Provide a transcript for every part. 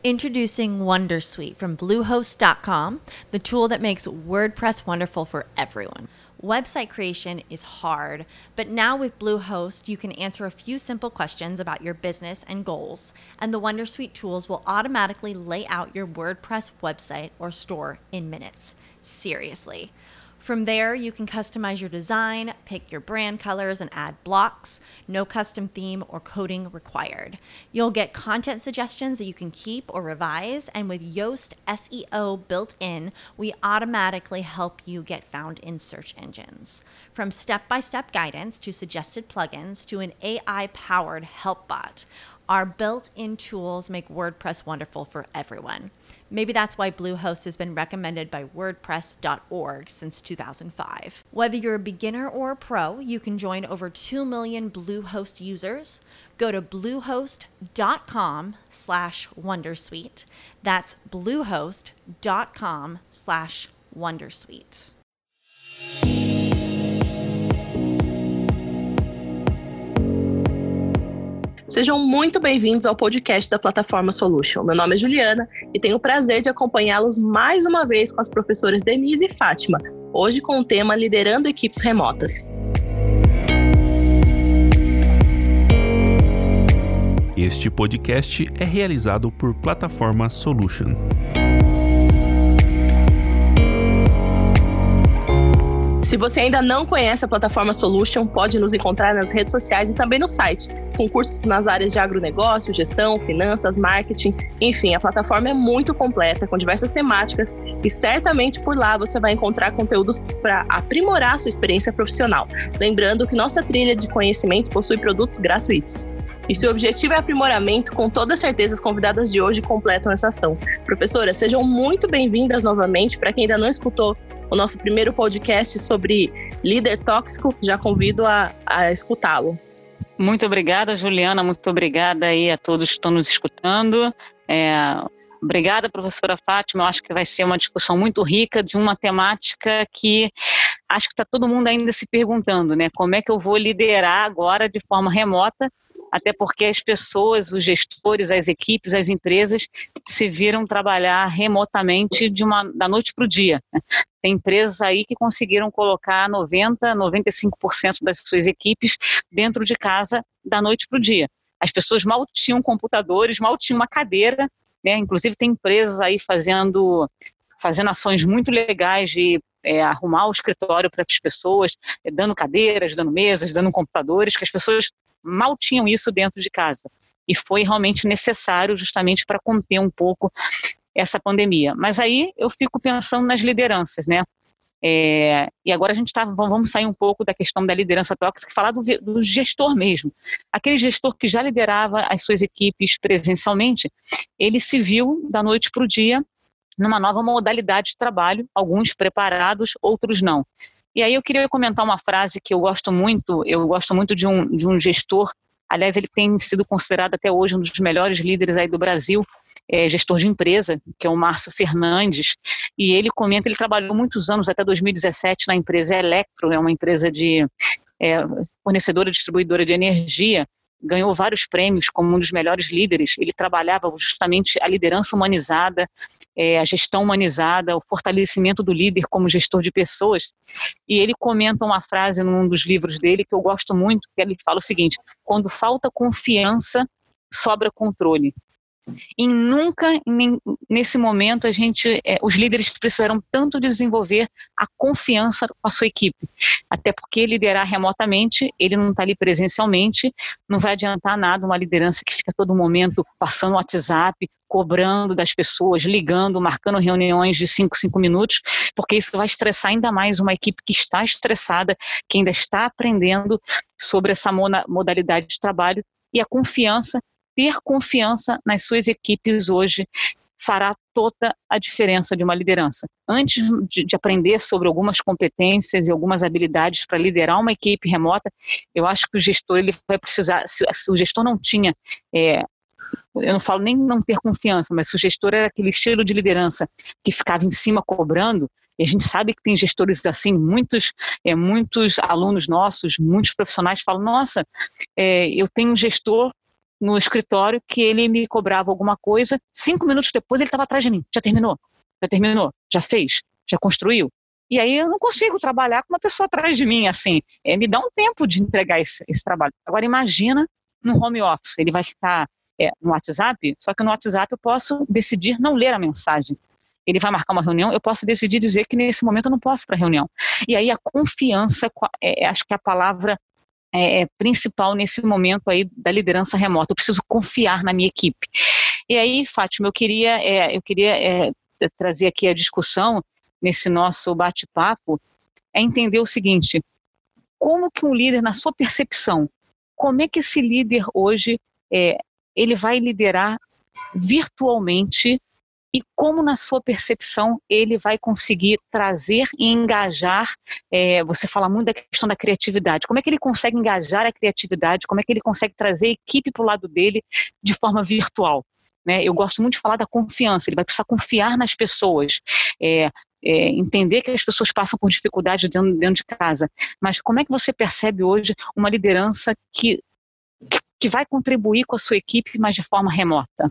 Introducing Wondersuite from Bluehost.com, the tool that makes WordPress wonderful for everyone. Website creation is hard, but now with Bluehost, you can answer a few simple questions about your business and goals, and the Wondersuite tools will automatically lay out your WordPress website or store in minutes. Seriously. From there, you can customize your design, pick your brand colors, and add blocks. No custom theme or coding required. You'll get content suggestions that you can keep or revise, and with Yoast SEO built in, we automatically help you get found in search engines. From step-by-step guidance to suggested plugins to an AI-powered help bot, our built-in tools make WordPress wonderful for everyone. Maybe that's why Bluehost has been recommended by WordPress.org since 2005. Whether you're a beginner or a pro, you can join over 2 million Bluehost users. Go to bluehost.com/wondersuite. That's bluehost.com/wondersuite. Sejam muito bem-vindos ao podcast da Plataforma Solution. Meu nome é Juliana e tenho o prazer de acompanhá-los mais uma vez com as professoras Denise e Fátima, hoje com o tema Liderando Equipes Remotas. Este podcast é realizado por Plataforma Solution. Se você ainda não conhece a Plataforma Solution, pode nos encontrar nas redes sociais e também no site, com cursos nas áreas de agronegócio, gestão, finanças, marketing, enfim, a plataforma é muito completa, com diversas temáticas e certamente por lá você vai encontrar conteúdos para aprimorar a sua experiência profissional. Lembrando que nossa trilha de conhecimento possui produtos gratuitos. E se o objetivo é aprimoramento, com toda certeza as convidadas de hoje completam essa ação. Professoras, sejam muito bem-vindas novamente. Para quem ainda não escutou o nosso primeiro podcast sobre líder tóxico, já convido a escutá-lo. Muito obrigada, Juliana. Muito obrigada aí a todos que estão nos escutando. Obrigada, professora Fátima. Eu acho que vai ser uma discussão muito rica de uma temática que acho que está todo mundo ainda se perguntando, né? Como é que eu vou liderar agora de forma remota? Até porque as pessoas, os gestores, as equipes, as empresas se viram trabalhar remotamente da noite para o dia. Tem empresas aí que conseguiram colocar 90%, 95% das suas equipes dentro de casa da noite para o dia. As pessoas mal tinham computadores, mal tinham uma cadeira, né? Inclusive tem empresas aí fazendo ações muito legais de arrumar o escritório para as pessoas, dando cadeiras, dando mesas, dando computadores, que as pessoas mal tinham isso dentro de casa. E foi realmente necessário justamente para conter um pouco essa pandemia. Mas aí eu fico pensando nas lideranças, né? E agora vamos sair um pouco da questão da liderança tóxica e falar do gestor mesmo. Aquele gestor que já liderava as suas equipes presencialmente, ele se viu da noite para o dia numa nova modalidade de trabalho, alguns preparados, outros não. E aí eu queria comentar uma frase que eu gosto muito de um gestor, aliás, ele tem sido considerado até hoje um dos melhores líderes aí do Brasil, gestor de empresa, que é o Márcio Fernandes, e ele comenta, ele trabalhou muitos anos, até 2017, na empresa Electro, é uma empresa de fornecedora, distribuidora de energia, ganhou vários prêmios como um dos melhores líderes. Ele trabalhava justamente a liderança humanizada, a gestão humanizada, o fortalecimento do líder como gestor de pessoas. E ele comenta uma frase num dos livros dele que eu gosto muito, que ele fala o seguinte: quando falta confiança, sobra controle. E nunca, nesse momento, os líderes precisaram tanto desenvolver a confiança com a sua equipe. Até porque liderar remotamente, ele não está ali presencialmente, não vai adiantar nada uma liderança que fica a todo momento passando o WhatsApp, cobrando das pessoas, ligando, marcando reuniões de 5 minutos, porque isso vai estressar ainda mais uma equipe que está estressada, que ainda está aprendendo sobre essa modalidade de trabalho. E ter confiança nas suas equipes hoje fará toda a diferença de uma liderança. Antes de aprender sobre algumas competências e algumas habilidades para liderar uma equipe remota, eu acho que o gestor ele vai precisar, se o gestor não tinha, eu não falo nem não ter confiança, mas se o gestor era aquele estilo de liderança que ficava em cima cobrando, e a gente sabe que tem gestores assim, muitos alunos nossos, muitos profissionais falam, nossa, eu tenho um gestor no escritório que ele me cobrava alguma coisa, 5 minutos depois ele estava atrás de mim. Já terminou? Já fez? Já construiu? E aí eu não consigo trabalhar com uma pessoa atrás de mim, assim, me dá um tempo de entregar esse trabalho. Agora imagina no home office, ele vai ficar no WhatsApp, só que no WhatsApp eu posso decidir não ler a mensagem. Ele vai marcar uma reunião, eu posso decidir dizer que nesse momento eu não posso ir para a reunião. E aí a confiança, acho que é a palavra principal nesse momento aí da liderança remota. Eu preciso confiar na minha equipe. E aí, Fátima, eu queria trazer aqui a discussão nesse nosso bate-papo, entender o seguinte: como que um líder, na sua percepção, como é que esse líder hoje ele vai liderar virtualmente e como, na sua percepção, ele vai conseguir trazer e engajar, você fala muito da questão da criatividade, como é que ele consegue engajar a criatividade, como é que ele consegue trazer a equipe para o lado dele de forma virtual, né? Eu gosto muito de falar da confiança, ele vai precisar confiar nas pessoas, entender que as pessoas passam por dificuldade dentro de casa, mas como é que você percebe hoje uma liderança que vai contribuir com a sua equipe, mas de forma remota?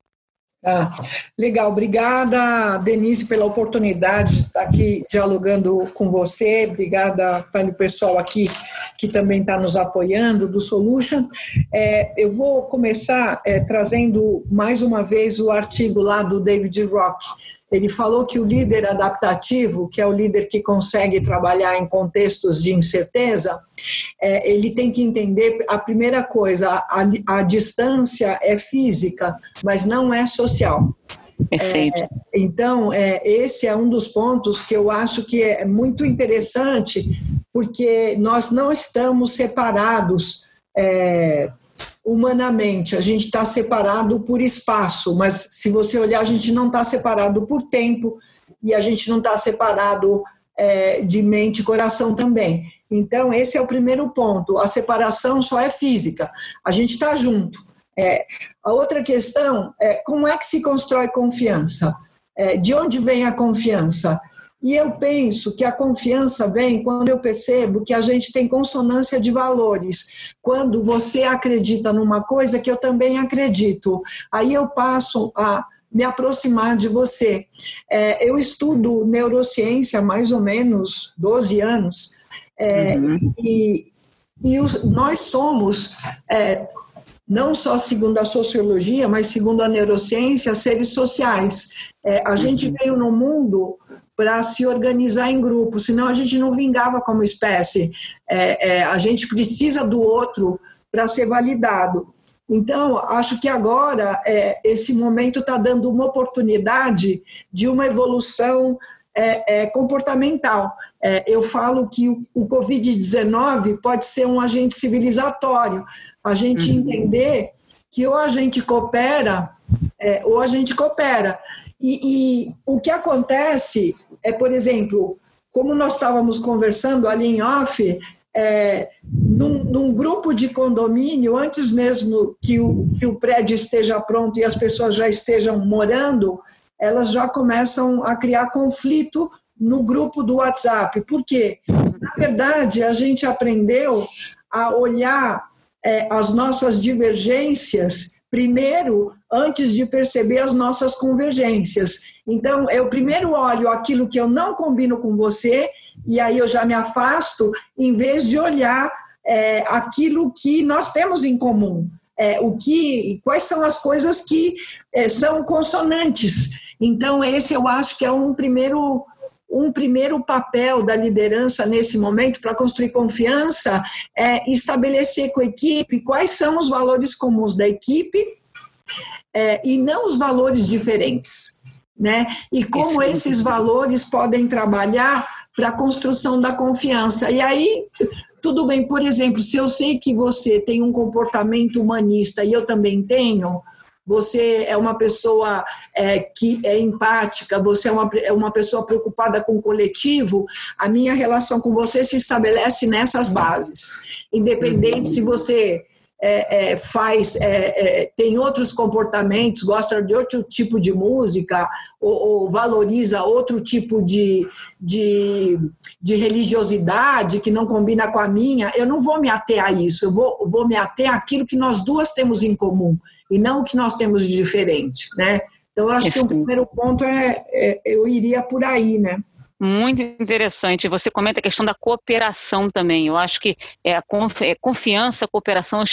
Legal, obrigada, Denise, pela oportunidade de estar aqui dialogando com você, obrigada pelo pessoal aqui que também está nos apoiando do Solution. Eu vou começar trazendo mais uma vez o artigo lá do David Rock. Ele falou que o líder adaptativo, que é o líder que consegue trabalhar em contextos de incerteza, ele tem que entender, a primeira coisa, a distância é física, mas não é social. Perfeito. Então, esse é um dos pontos que eu acho que é muito interessante, porque nós não estamos separados humanamente, a gente está separado por espaço, mas se você olhar, a gente não está separado por tempo e a gente não está separado de mente e coração também. Então, esse é o primeiro ponto, a separação só é física, a gente está junto. A outra questão é como é que se constrói confiança? De onde vem a confiança? E eu penso que a confiança vem quando eu percebo que a gente tem consonância de valores. Quando você acredita numa coisa que eu também acredito, aí eu passo a me aproximar de você. Eu estudo neurociência há mais ou menos 12 anos, e nós somos, não só segundo a sociologia, mas segundo a neurociência, seres sociais. A gente veio no mundo para se organizar em grupo, senão a gente não vingava como espécie. A gente precisa do outro para ser validado. Então, acho que agora esse momento está dando uma oportunidade de uma evolução comportamental. Eu falo que o Covid-19 pode ser um agente civilizatório, a gente entender que ou a gente coopera, ou a gente coopera. E o que acontece por exemplo, como nós estávamos conversando ali em off, num grupo de condomínio, antes mesmo que o prédio esteja pronto e as pessoas já estejam morando, elas já começam a criar conflito no grupo do WhatsApp. Por quê? Na verdade, a gente aprendeu a olhar as nossas divergências primeiro, antes de perceber as nossas convergências. Então, eu primeiro olho aquilo que eu não combino com você, e aí eu já me afasto, em vez de olhar aquilo que nós temos em comum. Quais são as coisas que são consonantes. Então, esse eu acho que é um primeiro papel da liderança nesse momento para construir confiança, estabelecer com a equipe quais são os valores comuns da equipe e não os valores diferentes, né? E como esses valores podem trabalhar para a construção da confiança. E aí, tudo bem, por exemplo, se eu sei que você tem um comportamento humanista e eu também tenho, você é uma pessoa que é empática, você é uma pessoa preocupada com o coletivo, a minha relação com você se estabelece nessas bases. Independente se você tem outros comportamentos, gosta de outro tipo de música, ou valoriza outro tipo de religiosidade que não combina com a minha, eu não vou me ater a isso, eu vou me ater àquilo que nós duas temos em comum, e não o que nós temos de diferente, né? Então, eu acho que o primeiro ponto eu iria por aí, né? Muito interessante. Você comenta a questão da cooperação também. Eu acho que confiança, cooperação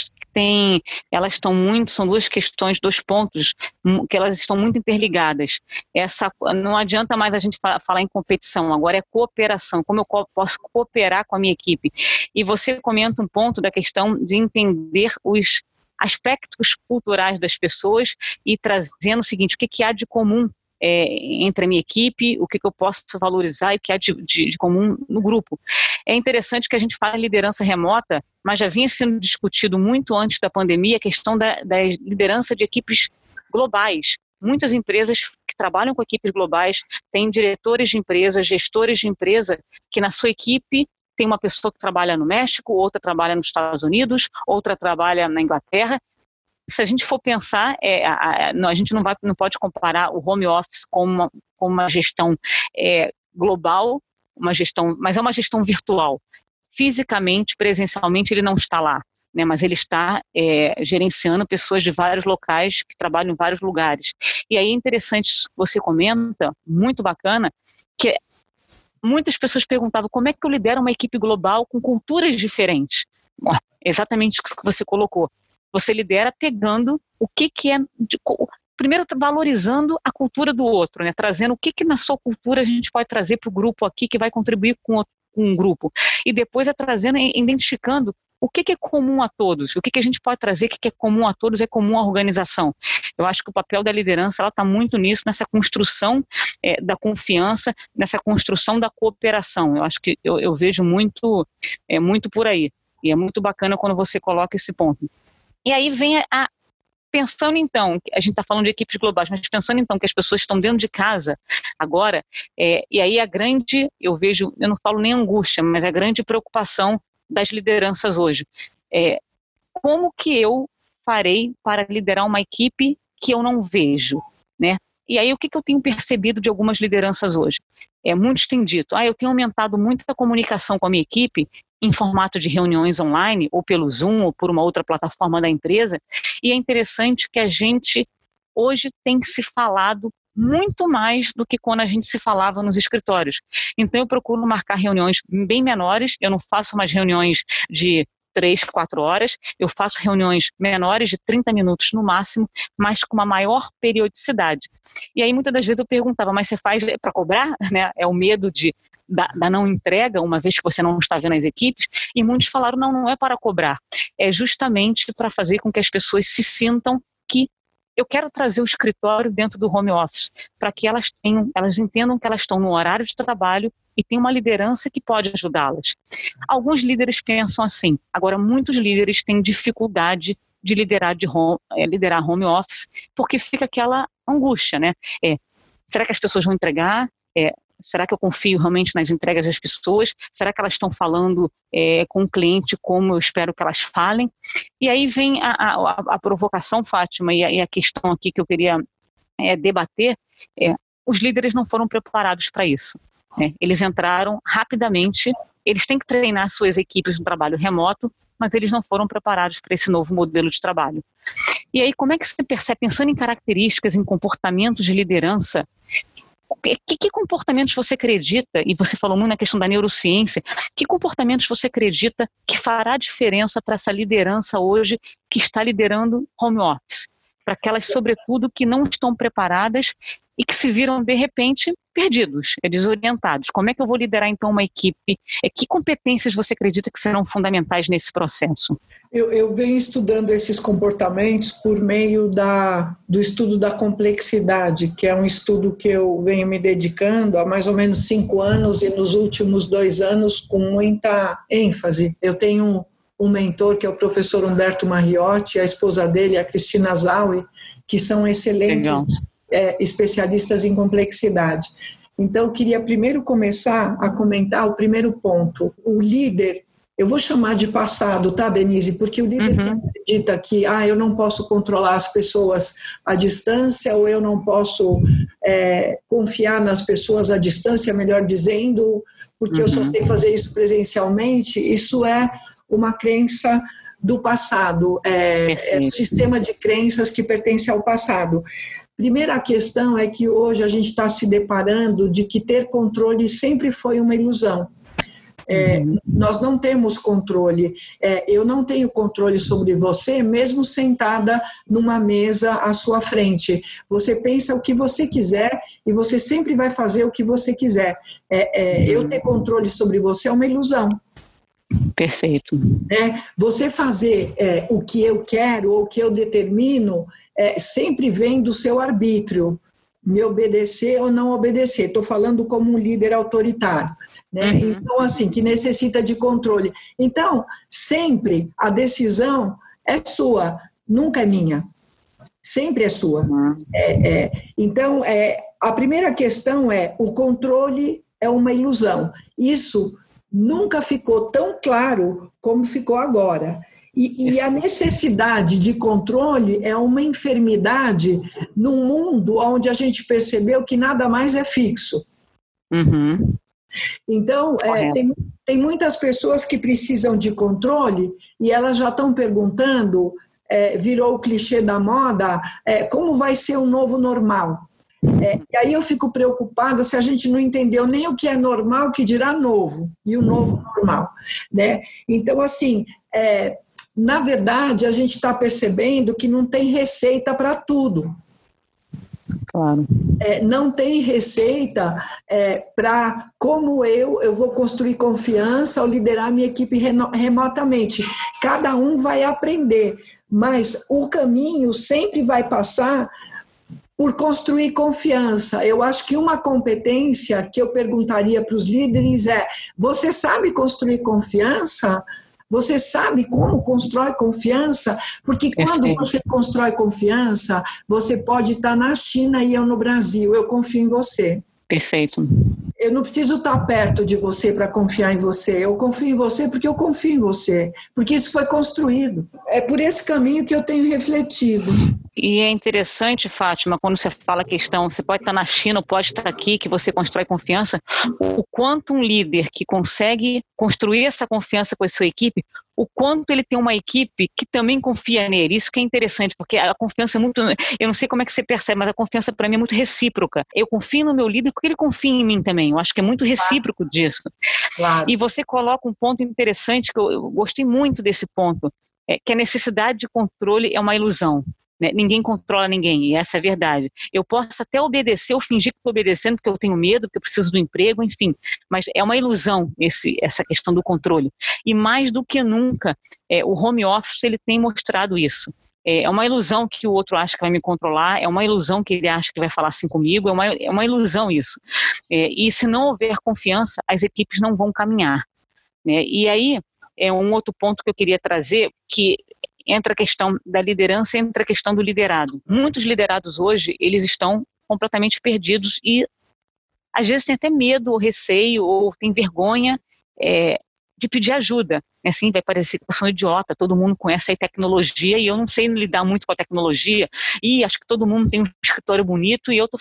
são duas questões, dois pontos que elas estão muito interligadas. Não adianta mais a gente falar em competição, agora é cooperação. Como eu posso cooperar com a minha equipe? E você comenta um ponto da questão de entender os aspectos culturais das pessoas e trazendo o seguinte, o que há de comum entre a minha equipe, o que eu posso valorizar e o que há de comum no grupo. É interessante que a gente fala em liderança remota, mas já vinha sendo discutido muito antes da pandemia a questão da liderança de equipes globais. Muitas empresas que trabalham com equipes globais têm diretores de empresa, gestores de empresa, que na sua equipe tem uma pessoa que trabalha no México, outra trabalha nos Estados Unidos, outra trabalha na Inglaterra. Se a gente for pensar, a gente não pode comparar o home office com uma gestão global, mas é uma gestão virtual. Fisicamente, presencialmente, ele não está lá, né, mas ele está gerenciando pessoas de vários locais que trabalham em vários lugares. E aí é interessante, você comenta, muito bacana, que muitas pessoas perguntavam como é que eu lidero uma equipe global com culturas diferentes. Exatamente o que você colocou. Você lidera pegando o que é, primeiro valorizando a cultura do outro, né? Trazendo o que na sua cultura a gente pode trazer para o grupo aqui que vai contribuir com um grupo. E depois trazendo, identificando o que é comum a todos, o que a gente pode trazer que é comum a todos, é comum à organização. Eu acho que o papel da liderança está muito nisso, nessa construção da confiança, nessa construção da cooperação. Eu acho que eu vejo muito por aí. E é muito bacana quando você coloca esse ponto. E aí vem pensando então, a gente está falando de equipes globais, mas pensando então que as pessoas estão dentro de casa agora, e aí eu não falo nem angústia, mas a grande preocupação das lideranças hoje. Como que eu farei para liderar uma equipe que eu não vejo, né? E aí o que eu tenho percebido de algumas lideranças hoje? Muitos têm dito, eu tenho aumentado muito a comunicação com a minha equipe em formato de reuniões online, ou pelo Zoom, ou por uma outra plataforma da empresa, e é interessante que a gente hoje tem se falado muito mais do que quando a gente se falava nos escritórios. Então eu procuro marcar reuniões bem menores, eu não faço mais reuniões de 3, 4 horas, eu faço reuniões menores de 30 minutos no máximo, mas com uma maior periodicidade. E aí muitas das vezes eu perguntava, mas você faz para cobrar? Né? É o medo da não entrega, uma vez que você não está vendo as equipes, e muitos falaram, não é para cobrar, é justamente para fazer com que as pessoas se sintam que eu quero trazer o escritório dentro do home office, para que elas entendam que elas estão no horário de trabalho e tem uma liderança que pode ajudá-las. Alguns líderes pensam assim, agora muitos líderes têm dificuldade de liderar home office, porque fica aquela angústia, né? Será que as pessoas vão entregar? Será que eu confio realmente nas entregas das pessoas? Será que elas estão falando com o cliente como eu espero que elas falem? E aí vem a provocação, Fátima, e a questão aqui que eu queria debater, os líderes não foram preparados para isso. Eles entraram rapidamente, eles têm que treinar suas equipes no trabalho remoto, mas eles não foram preparados para esse novo modelo de trabalho. E aí como é que você percebe, pensando em características, em comportamentos de liderança, que comportamentos você acredita, e você falou muito na questão da neurociência, que comportamentos você acredita que fará diferença para essa liderança hoje que está liderando home office? Para aquelas, sobretudo, que não estão preparadas e que se viram, de repente, perdidos, desorientados. Como é que eu vou liderar, então, uma equipe? Que competências você acredita que serão fundamentais nesse processo? Eu venho estudando esses comportamentos por meio do estudo da complexidade, que é um estudo que eu venho me dedicando há mais ou menos 5 anos e nos últimos 2 anos com muita ênfase. Eu tenho um mentor que é o professor Humberto Marriotti, a esposa dele, a Cristina Zaui, que são excelentes especialistas em complexidade. Então, eu queria primeiro começar a comentar o primeiro ponto. O líder, eu vou chamar de passado, tá, Denise? Porque o líder que acredita que eu não posso controlar as pessoas à distância, ou eu não posso confiar nas pessoas à distância, melhor dizendo, porque eu só sei fazer isso presencialmente, isso é uma crença do passado, é um sistema de crenças que pertence ao passado. Primeira questão é que hoje a gente está se deparando de que ter controle sempre foi uma ilusão. Nós não temos controle. Eu não tenho controle sobre você, mesmo sentada numa mesa à sua frente. Você pensa o que você quiser e você sempre vai fazer o que você quiser. Eu ter controle sobre você é uma ilusão. Perfeito. Você fazer o que eu quero ou o que eu determino sempre vem do seu arbítrio. Me obedecer ou não obedecer. Estou falando como um líder autoritário. Então, assim, que necessita de controle. Então, sempre a decisão é sua, nunca é minha. Sempre é sua. Então, a primeira questão é: o controle é uma ilusão. Isso nunca ficou tão claro como ficou agora. E a necessidade de controle é uma enfermidade num mundo onde a gente percebeu que nada mais é fixo. Então, tem muitas pessoas que precisam de controle e elas já estão perguntando, virou o clichê da moda, como vai ser o novo normal? E aí eu fico preocupada se a gente não entendeu nem o que é normal, que dirá novo, e o novo normal. Então, assim, na verdade, a gente está percebendo que não tem receita para tudo. Claro. Não tem receita para como eu vou construir confiança ou liderar minha equipe remotamente. Cada um vai aprender, mas o caminho sempre vai passar por construir confiança. Eu acho que uma competência que eu perguntaria para os líderes você sabe construir confiança? Você sabe como constrói confiança? Porque quando você constrói confiança, você pode estar na China e eu no Brasil. Eu confio em você. Perfeito. Eu não preciso estar perto de você para confiar em você. Eu confio em você porque eu confio em você. Porque isso foi construído. É por esse caminho que eu tenho refletido. E é interessante, Fátima, quando você fala a questão, você pode estar na China, pode estar aqui, que você constrói confiança, o quanto um líder que consegue construir essa confiança com a sua equipe, o quanto ele tem uma equipe que também confia nele. Isso que é interessante, porque a confiança é muito, eu não sei como é que você percebe, mas a confiança para mim é muito recíproca. Eu confio no meu líder porque ele confia em mim também. Eu acho que é muito recíproco disso. Claro. E você coloca um ponto interessante, que eu gostei muito desse ponto, que a necessidade de controle é uma ilusão. Ninguém controla ninguém, e essa é a verdade. Eu posso até obedecer, ou fingir que estou obedecendo porque eu tenho medo, porque eu preciso do emprego, enfim, mas é uma ilusão essa questão do controle. E mais do que nunca, o home office ele tem mostrado isso. É uma ilusão que o outro acha que vai me controlar, é uma ilusão que ele acha que vai falar assim comigo, é uma ilusão isso. E se não houver confiança, as equipes não vão caminhar. E aí, um outro ponto que eu queria trazer, que entra a questão da liderança, entra a questão do liderado. Muitos liderados hoje, eles estão completamente perdidos e às vezes tem até medo ou receio ou tem vergonha de pedir ajuda. Assim, vai parecer que eu sou idiota, todo mundo conhece a tecnologia e eu não sei lidar muito com a tecnologia e acho que todo mundo tem um escritório bonito e eu estou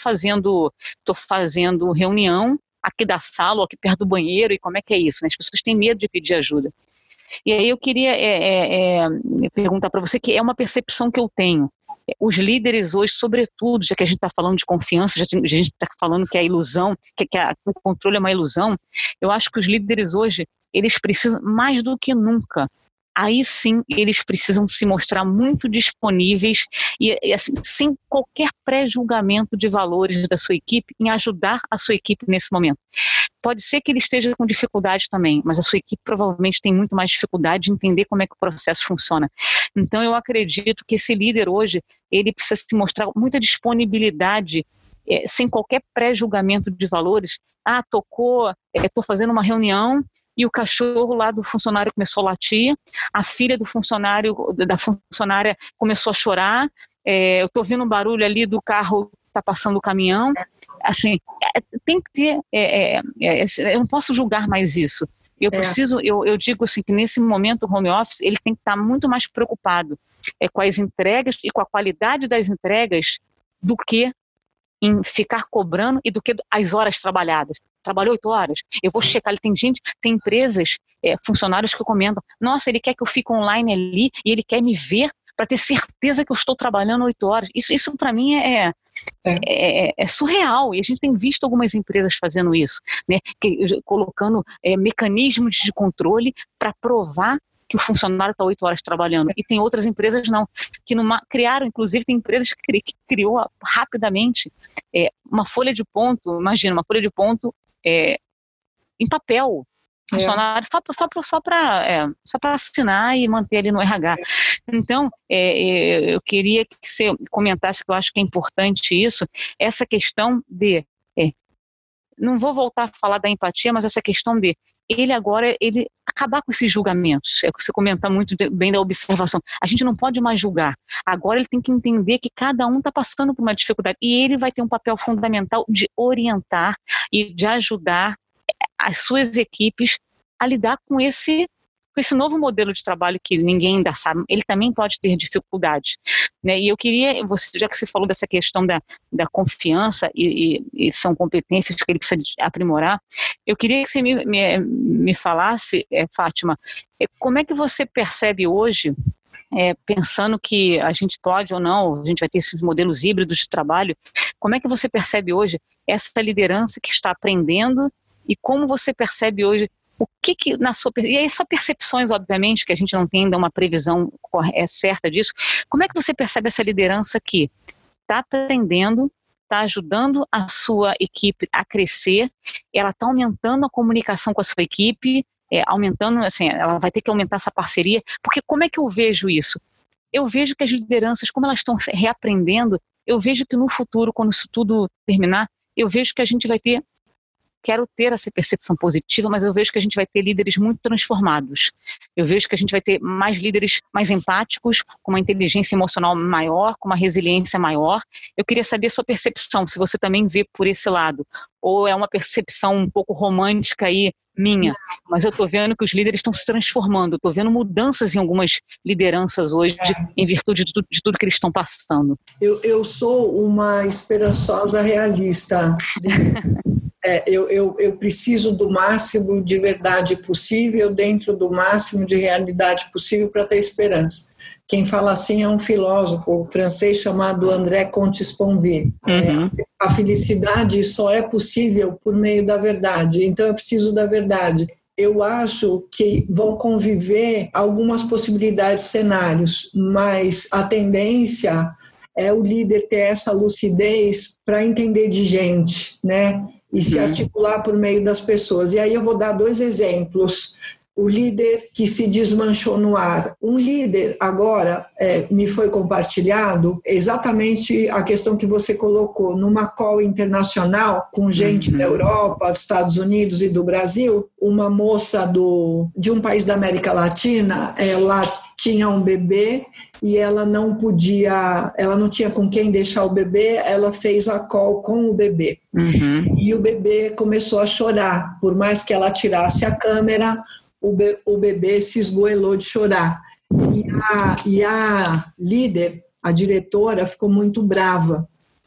fazendo reunião aqui da sala ou aqui perto do banheiro e como é que é isso? As pessoas têm medo de pedir ajuda. E aí eu queria perguntar para você, que é uma percepção que eu tenho. Os líderes hoje, sobretudo, já que a gente está falando de confiança, já que a gente está falando que a ilusão, o controle é uma ilusão, eu acho que os líderes hoje, eles precisam, mais do que nunca, aí sim eles precisam se mostrar muito disponíveis e assim, sem qualquer pré-julgamento de valores da sua equipe, em ajudar a sua equipe nesse momento. Pode ser que ele esteja com dificuldade também, mas a sua equipe provavelmente tem muito mais dificuldade de entender como é que o processo funciona. Então eu acredito que esse líder hoje, ele precisa se mostrar muita disponibilidade, sem qualquer pré-julgamento de valores. Estou fazendo uma reunião e o cachorro lá do funcionário começou a latir, a filha da funcionária começou a chorar, eu estou ouvindo um barulho ali do carro, está passando o caminhão. Assim, tem que ter, eu não posso julgar mais isso. Eu digo assim, que nesse momento o home office, ele tem que estar muito mais preocupado com as entregas e com a qualidade das entregas do que em ficar cobrando e do que as horas trabalhadas. Trabalhou 8 horas, eu vou checar. Tem empresas, funcionários que comentam, nossa, ele quer que eu fique online ali e ele quer me ver para ter certeza que eu estou trabalhando 8 horas. Isso para mim é surreal, e a gente tem visto algumas empresas fazendo isso, né? Colocando mecanismos de controle para provar que o funcionário está 8 horas trabalhando. E tem outras empresas não, que criaram, inclusive tem empresas que criou rapidamente uma folha de ponto, imagina, uma folha de ponto em papel, funcionário só para assinar e manter ali no RH. Então, eu queria que você comentasse, que eu acho que é importante isso, essa questão de, não vou voltar a falar da empatia, mas essa questão de ele acabar com esses julgamentos. É que você comenta muito bem da observação. A gente não pode mais julgar. Agora ele tem que entender que cada um está passando por uma dificuldade e ele vai ter um papel fundamental de orientar e de ajudar as suas equipes a lidar com esse novo modelo de trabalho que ninguém ainda sabe. Ele também pode ter dificuldades, né? E eu queria, já que você falou dessa questão da confiança e são competências que ele precisa aprimorar, eu queria que você me falasse, Fátima, como é que você percebe hoje, pensando que a gente pode ou não, a gente vai ter esses modelos híbridos de trabalho, como é que você percebe hoje essa liderança que está aprendendo e como você percebe hoje o que na sua... E aí são percepções, obviamente, que a gente não tem ainda uma previsão certa disso. Como é que você percebe essa liderança que está aprendendo, está ajudando a sua equipe a crescer, ela está aumentando a comunicação com a sua equipe, aumentando, assim, ela vai ter que aumentar essa parceria, porque como é que eu vejo isso? Eu vejo que as lideranças, como elas estão reaprendendo, eu vejo que no futuro, quando isso tudo terminar, eu vejo que a gente vai ter... Quero ter essa percepção positiva, mas eu vejo que a gente vai ter líderes muito transformados. Eu vejo que a gente vai ter mais líderes mais empáticos, com uma inteligência emocional maior, com uma resiliência maior. Eu queria saber a sua percepção, se você também vê por esse lado. Ou é uma percepção um pouco romântica aí, minha. Mas eu estou vendo que os líderes estão se transformando. Estou vendo mudanças em algumas lideranças hoje, em virtude de tudo que eles estão passando. Eu sou uma esperançosa realista. Eu preciso do máximo de verdade possível, dentro do máximo de realidade possível para ter esperança. Quem fala assim é um filósofo francês chamado André Comte-Sponville. A felicidade só é possível por meio da verdade, então eu preciso da verdade. Eu acho que vão conviver algumas possibilidades, cenários, mas a tendência é o líder ter essa lucidez para entender de gente, né? E se articular por meio das pessoas. E aí eu vou dar 2 exemplos. O líder que se desmanchou no ar. Um líder, agora, me foi compartilhado exatamente a questão que você colocou, numa call internacional com gente da Europa, dos Estados Unidos e do Brasil, uma moça de um país da América Latina, ela tinha um bebê e ela não tinha com quem deixar o bebê, ela fez a call com o bebê. E o bebê começou a chorar, por mais que ela tirasse a câmera, o bebê se esgoelou de chorar. E a líder, a diretora, ficou muito brava.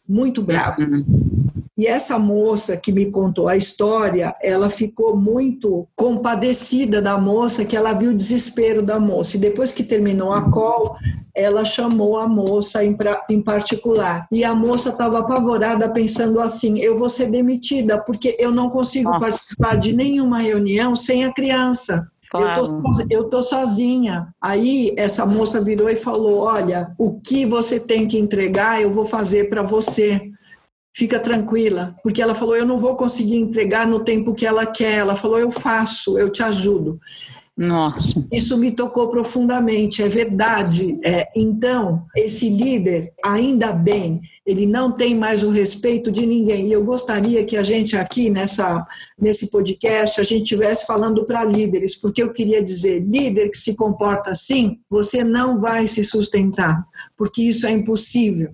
E essa moça que me contou a história, ela ficou muito compadecida da moça, que ela viu o desespero da moça. E depois que terminou a call, ela chamou a moça em particular. E a moça estava apavorada, pensando assim, eu vou ser demitida, porque eu não consigo participar de nenhuma reunião sem a criança. Claro. Eu tô sozinha. Aí essa moça virou e falou, olha, o que você tem que entregar, eu vou fazer para você. Fica tranquila, porque ela falou, eu não vou conseguir entregar no tempo que ela quer. Ela falou, eu faço, eu te ajudo. Nossa. Isso me tocou profundamente, é verdade. Então, esse líder, ainda bem, ele não tem mais o respeito de ninguém. E eu gostaria que a gente aqui, nesse podcast, a gente estivesse falando para líderes, porque eu queria dizer, líder que se comporta assim, você não vai se sustentar, porque isso é impossível.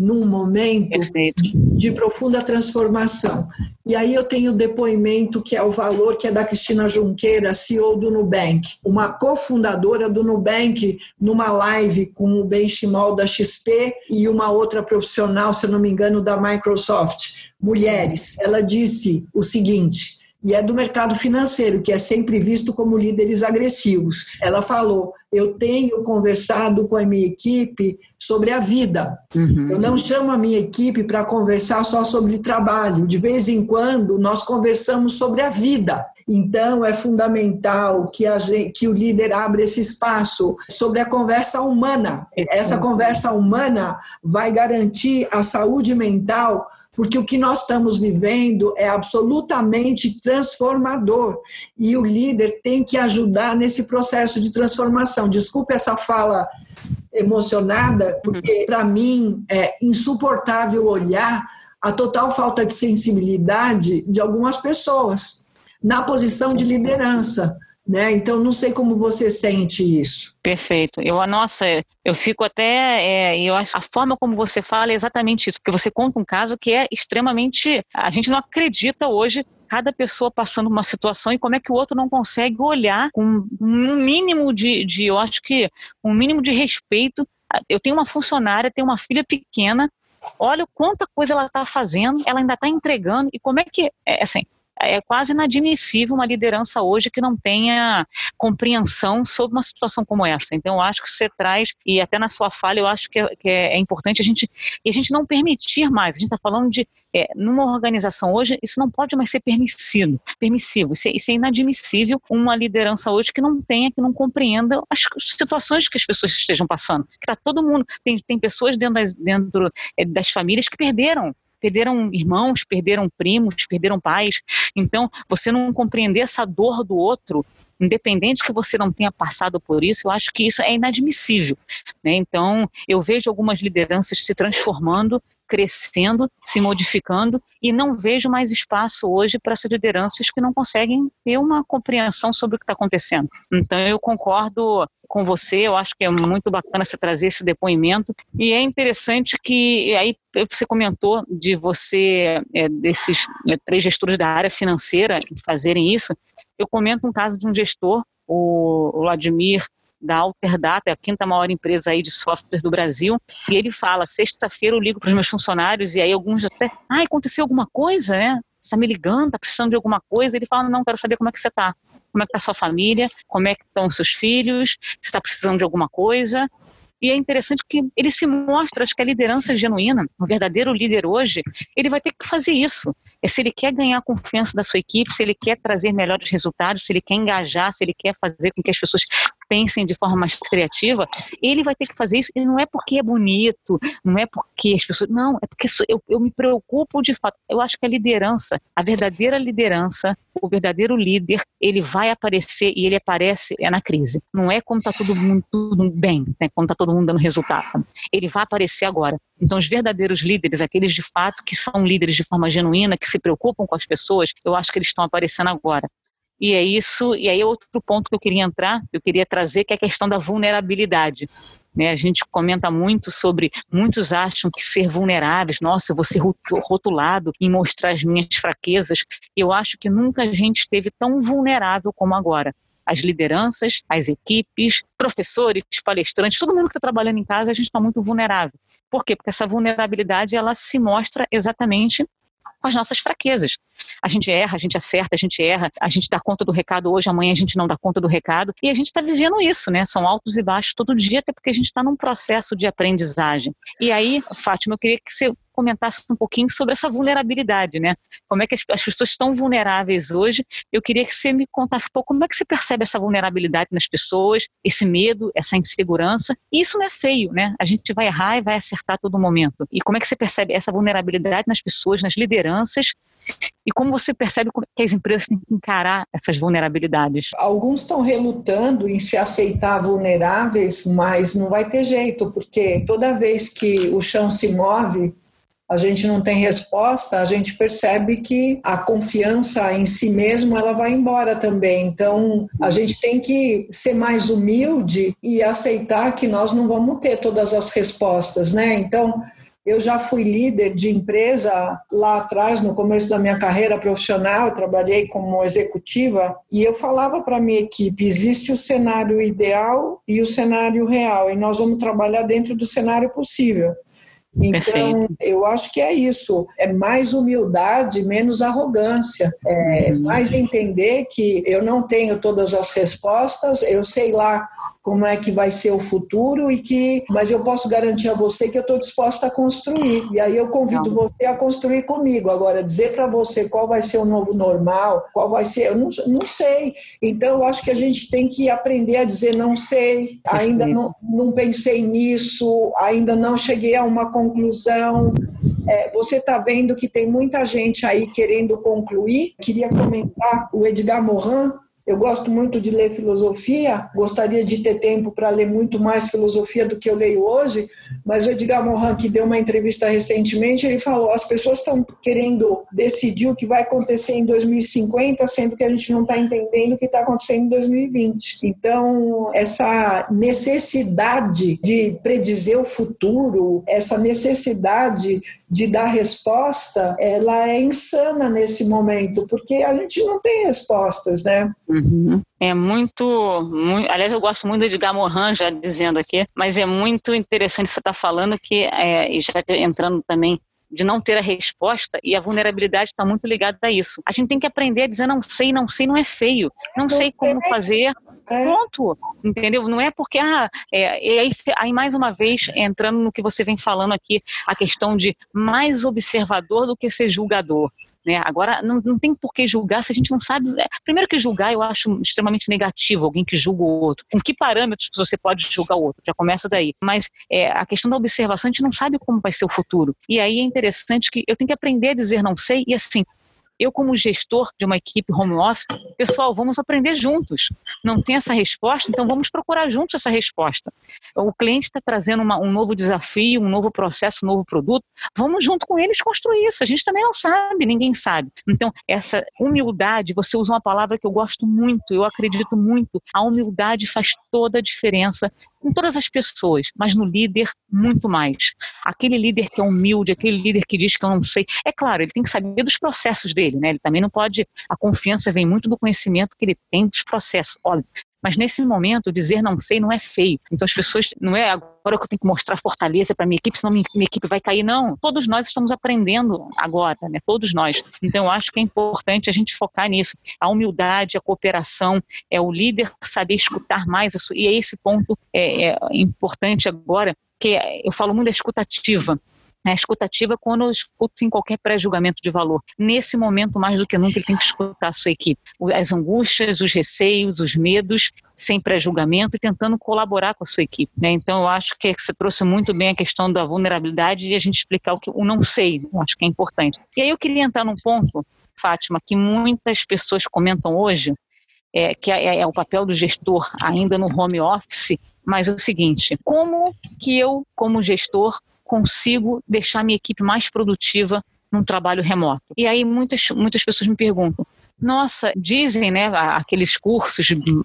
num momento de profunda transformação. E aí eu tenho o depoimento que é o valor, que é da Cristina Junqueira, CEO do Nubank, uma cofundadora do Nubank, numa live com o Benchimol da XP e uma outra profissional, se eu não me engano, da Microsoft, mulheres. Ela disse o seguinte, e é do mercado financeiro, que é sempre visto como líderes agressivos. Ela falou, eu tenho conversado com a minha equipe sobre a vida. Eu não chamo a minha equipe para conversar só sobre trabalho. De vez em quando, nós conversamos sobre a vida. Então, é fundamental que o líder abra esse espaço sobre a conversa humana. Essa conversa humana vai garantir a saúde mental, porque o que nós estamos vivendo é absolutamente transformador e o líder tem que ajudar nesse processo de transformação. Desculpe essa fala emocionada, porque para mim é insuportável olhar a total falta de sensibilidade de algumas pessoas na posição de liderança. Né? Então, não sei como você sente isso. Perfeito. Eu fico até... eu acho a forma como você fala é exatamente isso, porque você conta um caso que é extremamente... A gente não acredita hoje cada pessoa passando uma situação e como é que o outro não consegue olhar com um mínimo eu acho que um mínimo de respeito. Eu tenho uma funcionária, tenho uma filha pequena, olha quanta coisa ela está fazendo, ela ainda está entregando, e como é que... assim, é quase inadmissível uma liderança hoje que não tenha compreensão sobre uma situação como essa. Então, eu acho que você traz, e até na sua fala, eu acho que é importante a gente não permitir mais. A gente está falando de, numa organização hoje, isso não pode mais ser permissivo. Isso é inadmissível, uma liderança hoje que não compreenda as situações que as pessoas estejam passando. Que tá todo mundo, tem pessoas dentro das famílias que perderam irmãos, perderam primos, perderam pais. Então, você não compreender essa dor do outro, independente que você não tenha passado por isso, eu acho que isso é inadmissível, né? Então, eu vejo algumas lideranças se transformando, crescendo, se modificando, e não vejo mais espaço hoje para essas lideranças que não conseguem ter uma compreensão sobre o que está acontecendo. Então, eu concordo com você, eu acho que é muito bacana você trazer esse depoimento, e é interessante que, aí você comentou de você, desses 3 gestores da área financeira fazerem isso. Eu comento um caso de um gestor, o Vladimir, da Alterdata, a 5ª maior empresa aí de software do Brasil, e ele fala, sexta-feira eu ligo para os meus funcionários, e aí alguns até, aconteceu alguma coisa, né? Você está me ligando, está precisando de alguma coisa? Ele fala, não, quero saber como é que você está. Como é que está a sua família, como é que estão os seus filhos, se está precisando de alguma coisa. E é interessante que ele se mostra, acho que a liderança genuína, o verdadeiro líder hoje, ele vai ter que fazer isso. Se ele quer ganhar a confiança da sua equipe, se ele quer trazer melhores resultados, se ele quer engajar, se ele quer fazer com que as pessoas pensem de forma mais criativa, ele vai ter que fazer isso, e não é porque é bonito, não é porque as pessoas... Não, é porque eu me preocupo de fato. Eu acho que a liderança, a verdadeira liderança, o verdadeiro líder, ele vai aparecer, e ele aparece na crise. Não é como está todo mundo tudo bem, né? Como está todo mundo dando resultado. Ele vai aparecer agora. Então, os verdadeiros líderes, aqueles de fato que são líderes de forma genuína, que se preocupam com as pessoas, eu acho que eles estão aparecendo agora. E é isso, e aí outro ponto que eu queria trazer, que é a questão da vulnerabilidade. Né, a gente comenta muito sobre, muitos acham que ser vulneráveis, nossa, eu vou ser rotulado em mostrar as minhas fraquezas. Eu acho que nunca a gente esteve tão vulnerável como agora. As lideranças, as equipes, professores, palestrantes, todo mundo que está trabalhando em casa, a gente está muito vulnerável. Por quê? Porque essa vulnerabilidade, ela se mostra exatamente com as nossas fraquezas. A gente erra, a gente acerta, a gente dá conta do recado hoje, amanhã a gente não dá conta do recado, e a gente está vivendo isso, né? São altos e baixos todo dia, até porque a gente está num processo de aprendizagem. E aí, Fátima, eu queria que você comentasse um pouquinho sobre essa vulnerabilidade, né? Como é que as pessoas estão vulneráveis hoje? Eu queria que você me contasse um pouco como é que você percebe essa vulnerabilidade nas pessoas, esse medo, essa insegurança. E isso não é feio, né? A gente vai errar e vai acertar a todo momento. E como é que você percebe essa vulnerabilidade nas pessoas, nas lideranças? E como você percebe que as empresas têm que encarar essas vulnerabilidades? Alguns estão relutando em se aceitar vulneráveis, mas não vai ter jeito, porque toda vez que o chão se move, a gente não tem resposta, a gente percebe que a confiança em si mesmo, ela vai embora também. Então, a gente tem que ser mais humilde e aceitar que nós não vamos ter todas as respostas, né? Então, Eu já fui líder de empresa lá atrás, no começo da minha carreira profissional, eu trabalhei como executiva e eu falava para a minha equipe, existe o cenário ideal e o cenário real e nós vamos trabalhar dentro do cenário possível. Então, perfeito. Eu acho que é isso, é mais humildade, menos arrogância, mais entender que eu não tenho todas as respostas, eu sei lá como é que vai ser o futuro, mas eu posso garantir a você que eu estou disposta a construir. E aí eu convido você a construir comigo. Agora, dizer para você qual vai ser o novo normal, qual vai ser, eu não sei. Então, eu acho que a gente tem que aprender a dizer não sei, ainda não pensei nisso, ainda não cheguei a uma conclusão. Você está vendo que tem muita gente aí querendo concluir. Queria comentar o Edgar Morin. Eu gosto muito de ler filosofia, gostaria de ter tempo para ler muito mais filosofia do que eu leio hoje, mas o Edgar Morin, que deu uma entrevista recentemente, ele falou, as pessoas estão querendo decidir o que vai acontecer em 2050, sendo que a gente não está entendendo o que está acontecendo em 2020. Então, essa necessidade de predizer o futuro, essa necessidade de dar resposta, ela é insana nesse momento, porque a gente não tem respostas, né? Uhum. É muito, aliás, eu gosto muito do Edgar Morin, já dizendo aqui, mas é muito interessante você estar falando que, e já entrando também, de não ter a resposta, e a vulnerabilidade está muito ligada a isso. A gente tem que aprender a dizer não sei não é feio, não sei como fazer, pronto, entendeu? Não é porque, aí mais uma vez, entrando no que você vem falando aqui, a questão de mais observador do que ser julgador. Né? Agora, não tem por que julgar se a gente não sabe. Primeiro que julgar eu acho extremamente negativo, alguém que julga o outro. Com que parâmetros você pode julgar o outro? Já começa daí. Mas a questão da observação, a gente não sabe como vai ser o futuro. E aí é interessante que eu tenho que aprender a dizer não sei e assim, eu como gestor de uma equipe home office, pessoal, vamos aprender juntos. Não tem essa resposta, então vamos procurar juntos essa resposta. O cliente está trazendo um novo desafio, um novo processo, um novo produto, vamos junto com eles construir isso. A gente também não sabe, ninguém sabe. Então, essa humildade, você usa uma palavra que eu gosto muito, eu acredito muito, a humildade faz toda a diferença em todas as pessoas, mas no líder muito mais. Aquele líder que é humilde, aquele líder que diz que eu não sei, é claro, ele tem que saber dos processos dele, né? Ele também não pode, a confiança vem muito do conhecimento que ele tem dos processos, olha, mas nesse momento dizer não sei não é feio, então as pessoas, não é agora que eu tenho que mostrar fortaleza para minha equipe, senão minha equipe vai cair, não, todos nós estamos aprendendo agora, né? Todos nós, então eu acho que é importante a gente focar nisso, a humildade, a cooperação, o líder saber escutar mais, e é esse ponto é importante agora, que eu falo muito da escutativa. A escutativa quando eu escuto sem qualquer pré-julgamento de valor. Nesse momento, mais do que nunca, ele tem que escutar a sua equipe. As angústias, os receios, os medos, sem pré-julgamento e tentando colaborar com a sua equipe. Né? Então, eu acho que você trouxe muito bem a questão da vulnerabilidade e a gente explicar o não sei. Eu acho que é importante. E aí eu queria entrar num ponto, Fátima, que muitas pessoas comentam hoje, que é o papel do gestor ainda no home office, mas é o seguinte, como que eu, como gestor, consigo deixar minha equipe mais produtiva num trabalho remoto? E aí muitas pessoas me perguntam, nossa, dizem, né, aqueles cursos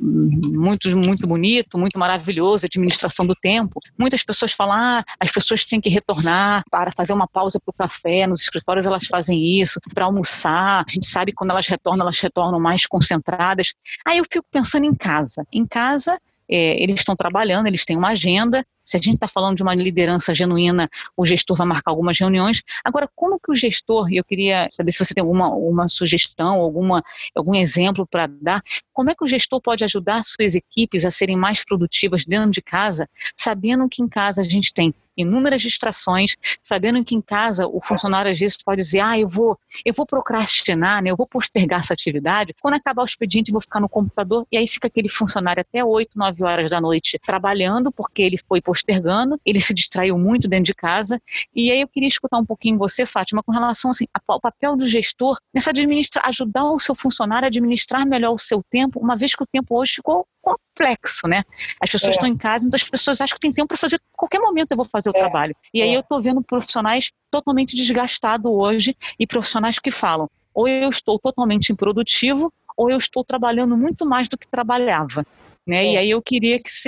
muito bonito, muito maravilhoso, administração do tempo, muitas pessoas falam, as pessoas têm que retornar para fazer uma pausa para o café, nos escritórios elas fazem isso, para almoçar, a gente sabe que quando elas retornam mais concentradas. Aí eu fico pensando em casa, eles estão trabalhando, eles têm uma agenda, se a gente está falando de uma liderança genuína, o gestor vai marcar algumas reuniões. Agora, como que o gestor, e eu queria saber se você tem alguma sugestão, algum exemplo para dar, como é que o gestor pode ajudar suas equipes a serem mais produtivas dentro de casa, sabendo que em casa a gente tem inúmeras distrações, sabendo que em casa o funcionário às vezes pode dizer, eu vou procrastinar, né? Eu vou postergar essa atividade, quando acabar o expediente eu vou ficar no computador, e aí fica aquele funcionário até 8, 9 horas da noite trabalhando, porque ele foi postergando, ele se distraiu muito dentro de casa, e aí eu queria escutar um pouquinho você, Fátima, com relação assim, ao papel do gestor nessa ajudar o seu funcionário a administrar melhor o seu tempo, uma vez que o tempo hoje ficou complexo, né? As pessoas estão em casa, então as pessoas acham que tem tempo para fazer, qualquer momento eu vou fazer o trabalho. E aí eu estou vendo profissionais totalmente desgastados hoje e profissionais que falam, ou eu estou totalmente improdutivo, ou eu estou trabalhando muito mais do que trabalhava. né? E aí eu queria que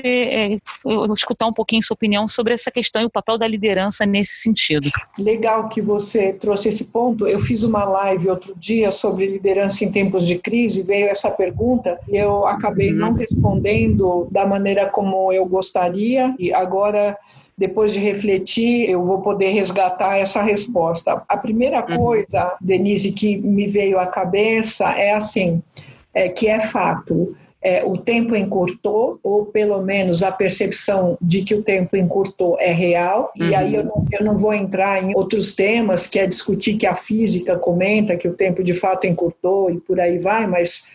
eu escutar um pouquinho sua opinião sobre essa questão e o papel da liderança nesse sentido. Legal que você trouxe esse ponto. Eu fiz uma live outro dia sobre liderança em tempos de crise, veio essa pergunta e eu acabei não respondendo da maneira como eu gostaria, e agora, depois de refletir, eu vou poder resgatar essa resposta. A primeira coisa, Denise, que me veio à cabeça é assim, que é fato. O tempo encurtou, ou pelo menos a percepção de que o tempo encurtou é real, e aí eu não vou entrar em outros temas, que é discutir que a física comenta que o tempo de fato encurtou e por aí vai, mas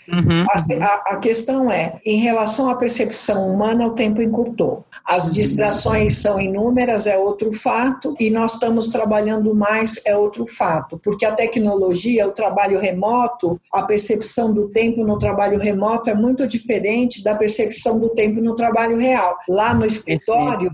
a questão é, em relação à percepção humana, o tempo encurtou. As distrações são inúmeras, é outro fato, e nós estamos trabalhando mais, é outro fato, porque a tecnologia, o trabalho remoto, a percepção do tempo no trabalho remoto é muito diferente da percepção do tempo no trabalho real. Lá no escritório,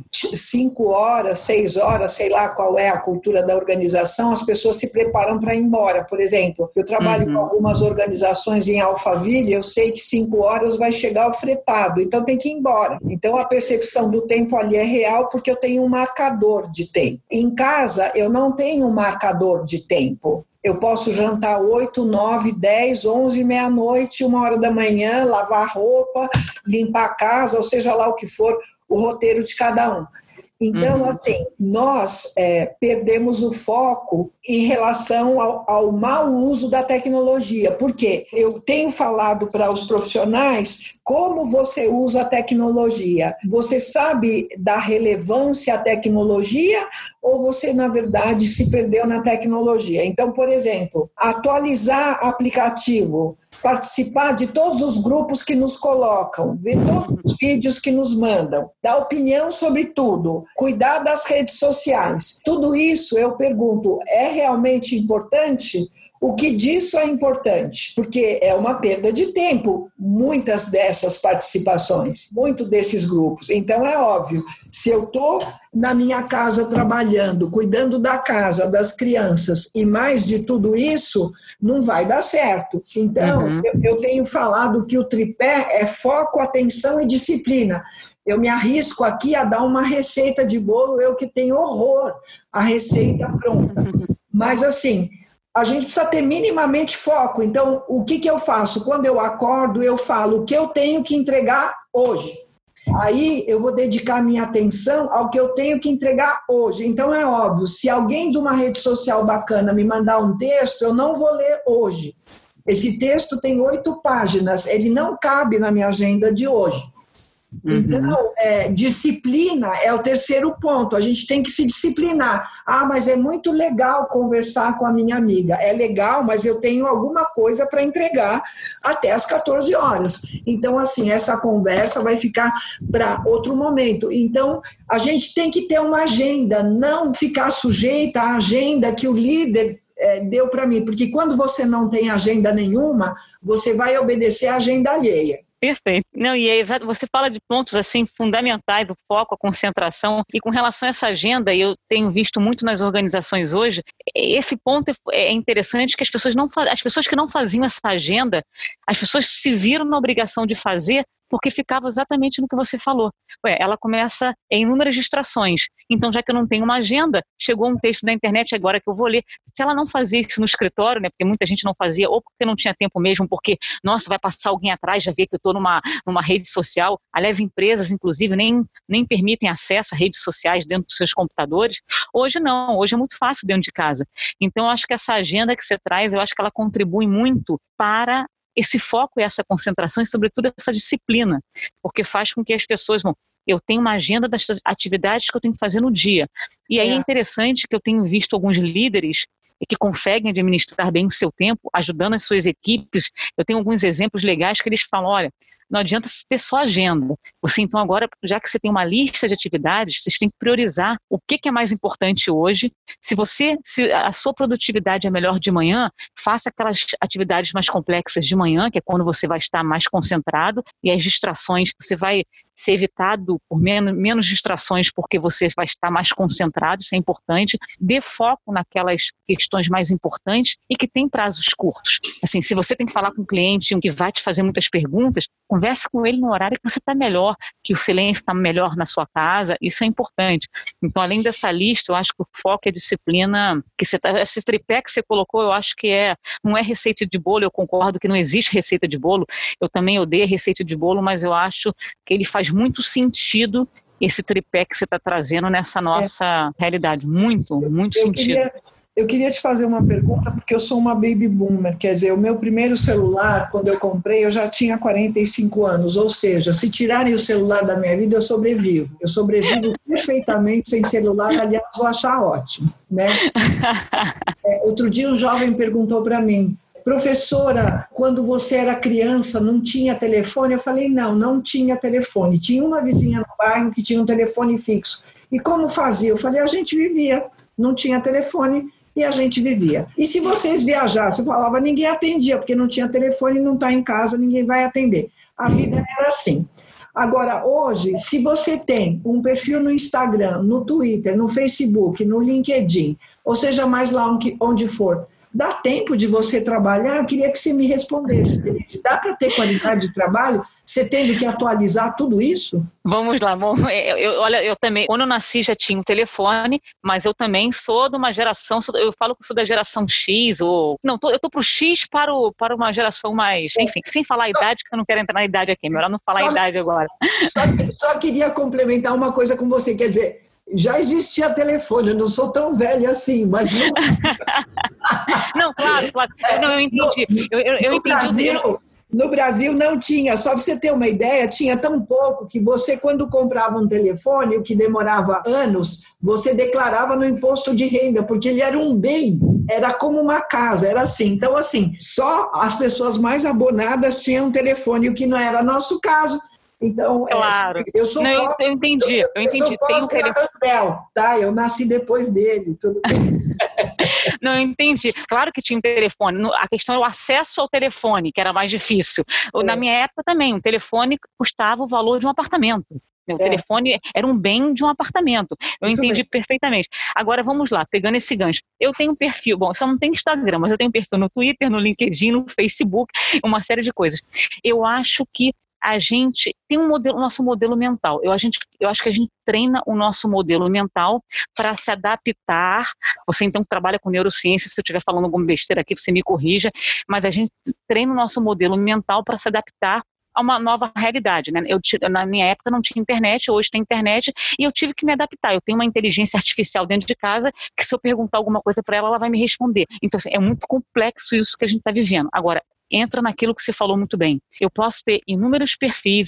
5 horas, 6 horas, sei lá qual é a cultura da organização, as pessoas se preparam para ir embora. Por exemplo, eu trabalho com algumas organizações em Alphaville, eu sei que 5 horas vai chegar o fretado, então tem que ir embora. Então a percepção do tempo ali é real porque eu tenho um marcador de tempo. Em casa, eu não tenho um marcador de tempo. Eu posso jantar 8, 9, 10, 11, meia-noite, 1 hora da manhã, lavar roupa, limpar a casa, ou seja lá o que for, o roteiro de cada um. Então, assim, nós perdemos o foco em relação ao mau uso da tecnologia. Por quê? Eu tenho falado para os profissionais como você usa a tecnologia. Você sabe da relevância à tecnologia ou você, na verdade, se perdeu na tecnologia? Então, por exemplo, atualizar aplicativo, participar de todos os grupos que nos colocam, ver todos os vídeos que nos mandam, dar opinião sobre tudo, cuidar das redes sociais. Tudo isso, eu pergunto, é realmente importante? O que disso é importante? Porque é uma perda de tempo, muitas dessas participações, muito desses grupos. Então, é óbvio, se eu estou na minha casa trabalhando, cuidando da casa, das crianças e mais de tudo isso, não vai dar certo. Então, eu tenho falado que o tripé é foco, atenção e disciplina. Eu me arrisco aqui a dar uma receita de bolo, eu que tenho horror à receita pronta. Mas, assim, a gente precisa ter minimamente foco. Então, o que eu faço? Quando eu acordo, eu falo o que eu tenho que entregar hoje. Aí eu vou dedicar minha atenção ao que eu tenho que entregar hoje. Então é óbvio, se alguém de uma rede social bacana me mandar um texto, eu não vou ler hoje. Esse texto tem 8 páginas, ele não cabe na minha agenda de hoje. Então, disciplina é o terceiro ponto, a gente tem que se disciplinar. Mas é muito legal conversar com a minha amiga. É legal, mas eu tenho alguma coisa para entregar até as 14 horas. Então, assim, essa conversa vai ficar para outro momento. Então, a gente tem que ter uma agenda, não ficar sujeita à agenda que o líder deu para mim, porque quando você não tem agenda nenhuma, você vai obedecer à agenda alheia. Perfeito. Não, e é exato, você fala de pontos assim fundamentais do foco, a concentração, e com relação a essa agenda, e eu tenho visto muito nas organizações hoje, esse ponto é interessante que as pessoas que não faziam essa agenda, as pessoas se viram na obrigação de fazer porque ficava exatamente no que você falou. Ela começa em inúmeras distrações. Então, já que eu não tenho uma agenda, chegou um texto da internet agora que eu vou ler. Se ela não fazia isso no escritório, né, porque muita gente não fazia, ou porque não tinha tempo mesmo, porque, nossa, vai passar alguém atrás, já vê que eu estou numa rede social. Aliás, empresas, inclusive, nem permitem acesso a redes sociais dentro dos seus computadores. Hoje não, hoje é muito fácil dentro de casa. Então, eu acho que essa agenda que você traz, eu acho que ela contribui muito para esse foco e essa concentração e, sobretudo, essa disciplina, porque faz com que as pessoas eu tenho uma agenda das atividades que eu tenho que fazer no dia. E aí é interessante que eu tenho visto alguns líderes que conseguem administrar bem o seu tempo, ajudando as suas equipes. Eu tenho alguns exemplos legais que eles falam, olha, não adianta ter só agenda. Você, então, agora, já que você tem uma lista de atividades, vocês têm que priorizar o que é mais importante hoje. Se a sua produtividade é melhor de manhã, faça aquelas atividades mais complexas de manhã, que é quando você vai estar mais concentrado, e as distrações, você vai ser evitado por menos distrações, porque você vai estar mais concentrado, isso é importante. Dê foco naquelas questões mais importantes e que tem prazos curtos. Assim, se você tem que falar com um cliente que vai te fazer muitas perguntas, converse com ele no horário que você está melhor, que o silêncio está melhor na sua casa, isso é importante. Então, além dessa lista, eu acho que o foco é disciplina, esse tripé que você colocou, eu acho que não é receita de bolo, eu concordo que não existe receita de bolo, eu também odeio a receita de bolo, mas eu acho que ele faz muito sentido, esse tripé que você está trazendo nessa nossa realidade, muito sentido. Eu queria te fazer uma pergunta, porque eu sou uma baby boomer, quer dizer, o meu primeiro celular, quando eu comprei, eu já tinha 45 anos, ou seja, se tirarem o celular da minha vida, eu sobrevivo perfeitamente sem celular, aliás, vou achar ótimo, né? Outro dia um jovem perguntou para mim, professora, quando você era criança não tinha telefone? Eu falei, não tinha telefone, tinha uma vizinha no bairro que tinha um telefone fixo, e como fazia? Eu falei, a gente vivia, não tinha telefone, e a gente vivia. E se vocês viajassem, eu falava, ninguém atendia, porque não tinha telefone, não está em casa, ninguém vai atender. A vida era assim. Agora, hoje, se você tem um perfil no Instagram, no Twitter, no Facebook, no LinkedIn, ou seja, mais lá onde for, dá tempo de você trabalhar? Eu queria que você me respondesse. Dá para ter qualidade de trabalho, você tendo que atualizar tudo isso? Vamos lá, olha, eu também, quando eu nasci já tinha um telefone, mas eu também sou de uma geração, eu falo que sou da geração X, eu estou pro X para uma geração mais, enfim, sem falar a idade, que eu não quero entrar na idade aqui, melhor não falar a idade agora. Só queria complementar uma coisa com você, quer dizer, já existia telefone, eu não sou tão velha assim, mas... Não, claro. Não, eu entendi. Eu entendi. No Brasil não tinha, só para você ter uma ideia, tinha tão pouco que você, quando comprava um telefone, o que demorava anos, você declarava no imposto de renda, porque ele era um bem, era como uma casa, era assim. Então, assim, só as pessoas mais abonadas tinham telefone, o que não era nosso caso. Então, claro. Eu sou eu entendi. Tem um telefone, tá? Eu nasci depois dele, tudo bem. Não, eu entendi. Claro que tinha um telefone. A questão é o acesso ao telefone, que era mais difícil. Na minha época também, um telefone custava o valor de um apartamento. O telefone era um bem de um apartamento. Eu entendi perfeitamente. Agora, vamos lá, pegando esse gancho. Eu tenho um perfil, só não tenho Instagram, mas eu tenho perfil no Twitter, no LinkedIn, no Facebook, uma série de coisas. Eu acho que a gente tem o nosso modelo mental. Eu acho que a gente treina o nosso modelo mental para se adaptar. Você então trabalha com neurociência, se eu estiver falando alguma besteira aqui, você me corrija, mas a gente treina o nosso modelo mental para se adaptar a uma nova realidade, né? Na minha época não tinha internet, hoje tem internet, e eu tive que me adaptar. Eu tenho uma inteligência artificial dentro de casa que, se eu perguntar alguma coisa para ela vai me responder. Então, assim, é muito complexo isso que a gente está vivendo. Agora, entra naquilo que você falou muito bem. Eu posso ter inúmeros perfis,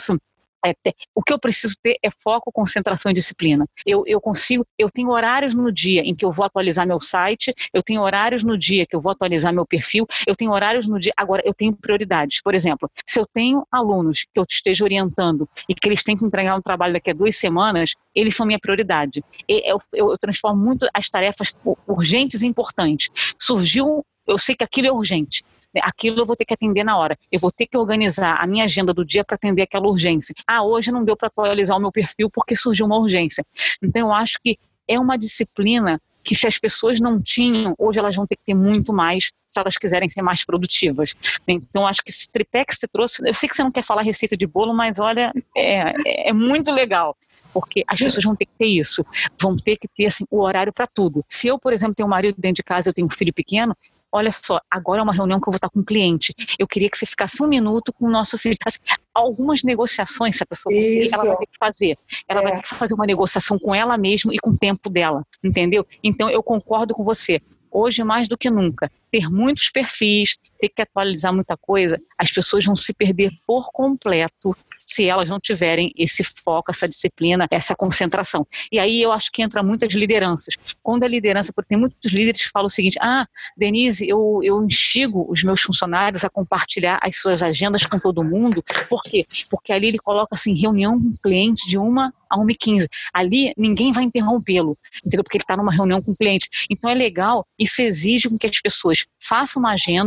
o que eu preciso ter é foco, concentração e disciplina. Eu tenho horários no dia em que eu vou atualizar meu site, eu tenho horários no dia que eu vou atualizar meu perfil, eu tenho horários no dia, agora eu tenho prioridades. Por exemplo, se eu tenho alunos que eu esteja orientando e que eles têm que entregar um trabalho daqui a 2 semanas, eles são minha prioridade. Eu transformo muito as tarefas urgentes em importantes. Eu sei que aquilo é urgente. Aquilo eu vou ter que atender na hora. Eu vou ter que organizar a minha agenda do dia para atender aquela urgência. Hoje não deu para atualizar o meu perfil porque surgiu uma urgência. Então, eu acho que é uma disciplina que, se as pessoas não tinham, hoje elas vão ter que ter muito mais, se elas quiserem ser mais produtivas. Então, acho que esse tripé que você trouxe, eu sei que você não quer falar receita de bolo, mas olha, é muito legal, porque as pessoas vão ter que ter isso, vão ter que ter, assim, o horário para tudo. Se eu, por exemplo, tenho um marido dentro de casa, eu tenho um filho pequeno, olha só, agora é uma reunião que eu vou estar com um cliente. Eu queria que você ficasse 1 minuto com o nosso filho. Assim, algumas negociações, se a pessoa conseguir, ela vai ter que fazer. Ela vai ter que fazer uma negociação com ela mesma e com o tempo dela, entendeu? Então, eu concordo com você. Hoje, mais do que nunca, ter muitos perfis, ter que atualizar muita coisa, as pessoas vão se perder por completo se elas não tiverem esse foco, essa disciplina, essa concentração. E aí eu acho que entra muitas lideranças. Quando a liderança, porque tem muitos líderes que falam o seguinte, Denise, eu instigo os meus funcionários a compartilhar as suas agendas com todo mundo. Por quê? Porque ali ele coloca assim, reunião com o cliente de 1 a 1h15. Ali ninguém vai interrompê-lo, entendeu? Porque ele está numa reunião com o cliente. Então é legal, isso exige que as pessoas façam uma agenda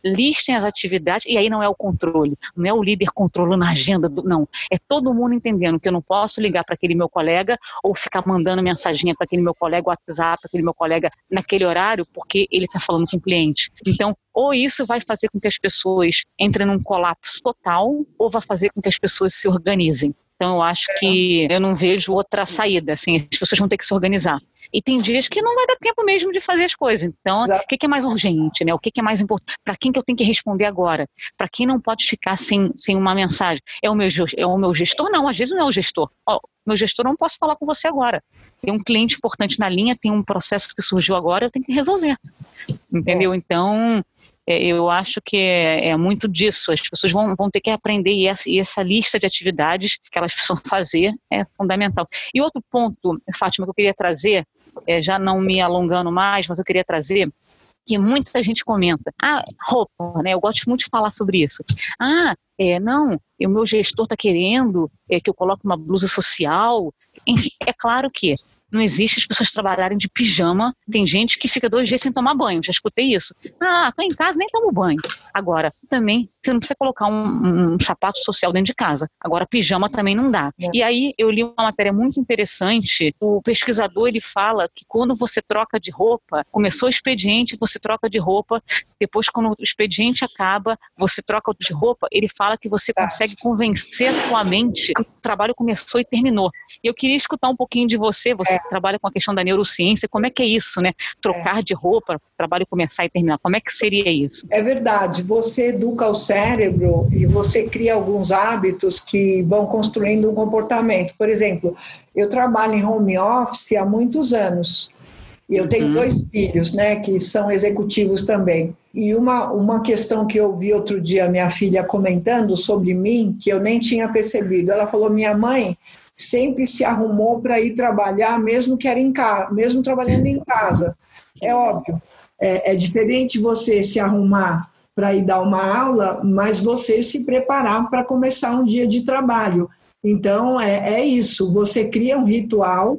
listem as atividades, e aí não é o controle, não é o líder controlando a agenda, não, é todo mundo entendendo que eu não posso ligar para aquele meu colega ou ficar mandando mensaginha para aquele meu colega, WhatsApp, para aquele meu colega naquele horário, porque ele está falando com o cliente. Então, ou isso vai fazer com que as pessoas entrem num colapso total, ou vai fazer com que as pessoas se organizem. Então, eu acho que eu não vejo outra saída, assim, as pessoas vão ter que se organizar. E tem dias que não vai dar tempo mesmo de fazer as coisas. Então, o que é mais urgente, né? O que é mais importante? Para quem que eu tenho que responder agora? Para quem não pode ficar sem uma mensagem? É o meu gestor? Não, às vezes não é o gestor. Meu gestor, não posso falar com você agora. Tem um cliente importante na linha, tem um processo que surgiu agora, eu tenho que resolver. Entendeu? Então, eu acho que é muito disso. As pessoas vão ter que aprender, e essa lista de atividades que elas precisam fazer é fundamental. E outro ponto, Fátima, que eu queria trazer, já não me alongando mais, mas eu queria trazer, que muita gente comenta, roupa, né? Eu gosto muito de falar sobre isso. Não, o meu gestor está querendo que eu coloque uma blusa social. Enfim, é claro que não existe as pessoas trabalharem de pijama. Tem gente que fica 2 dias sem tomar banho, já escutei isso. Tô em casa, nem tomo banho. Agora, também, você não precisa colocar um sapato social dentro de casa. Agora, pijama também não dá. E aí, eu li uma matéria muito interessante. O pesquisador, ele fala que quando você troca de roupa, começou o expediente, você troca de roupa, depois, quando o expediente acaba, você troca de roupa, ele fala que você consegue convencer a sua mente que o trabalho começou e terminou. E eu queria escutar um pouquinho de você trabalha com a questão da neurociência, como é que é isso, né? Trocar de roupa, trabalho começar e terminar, como é que seria isso? É verdade, você educa o cérebro e você cria alguns hábitos que vão construindo um comportamento. Por exemplo, eu trabalho em home office há muitos anos, e eu tenho 2 filhos, né, que são executivos também. E uma questão que eu vi outro dia minha filha comentando sobre mim, que eu nem tinha percebido, ela falou, minha mãe sempre se arrumou para ir trabalhar, mesmo que era em casa, mesmo trabalhando em casa. É óbvio, é diferente você se arrumar para ir dar uma aula, mas você se preparar para começar um dia de trabalho. Então, é isso, você cria um ritual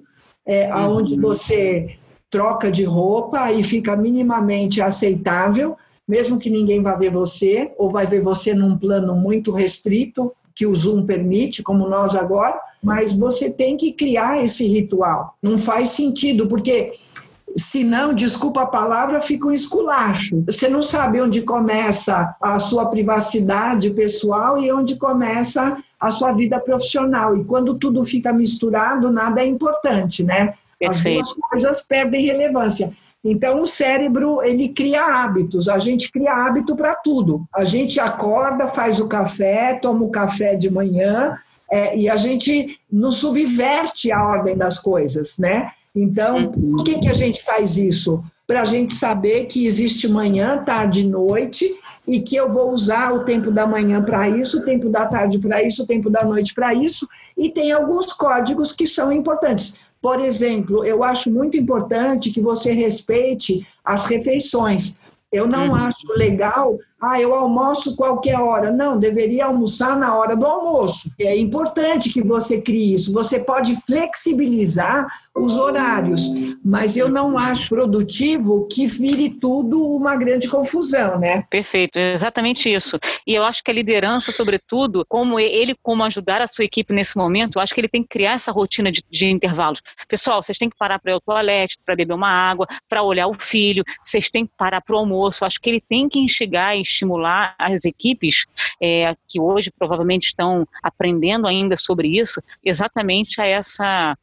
onde você troca de roupa e fica minimamente aceitável, mesmo que ninguém vá ver você, ou vai ver você num plano muito restrito, que o Zoom permite, como nós agora, mas você tem que criar esse ritual. Não faz sentido, porque senão, desculpa a palavra, fica um esculacho. Você não sabe onde começa a sua privacidade pessoal e onde começa a sua vida profissional. E quando tudo fica misturado, nada é importante, né? Perfeito. As 2 coisas perdem relevância. Então, o cérebro, ele cria hábitos. A gente cria hábito para tudo. A gente acorda, faz o café, toma o café de manhã, e a gente não subverte a ordem das coisas, né? Então, por que a gente faz isso? Para a gente saber que existe manhã, tarde e noite, e que eu vou usar o tempo da manhã para isso, o tempo da tarde para isso, o tempo da noite para isso, e tem alguns códigos que são importantes. Por exemplo, eu acho muito importante que você respeite as refeições. Eu não acho legal, eu almoço qualquer hora. Não, deveria almoçar na hora do almoço. É importante que você crie isso. Você pode flexibilizar os horários, mas eu não acho produtivo que vire tudo uma grande confusão, né? Perfeito, é exatamente isso. E eu acho que a liderança, sobretudo, como ajudar a sua equipe nesse momento, eu acho que ele tem que criar essa rotina de intervalos. Pessoal, vocês têm que parar para ir ao toalete, para beber uma água, para olhar o filho, vocês têm que parar para o almoço. Eu acho que ele tem que instigar e estimular as equipes que hoje provavelmente estão aprendendo ainda sobre isso, exatamente a essa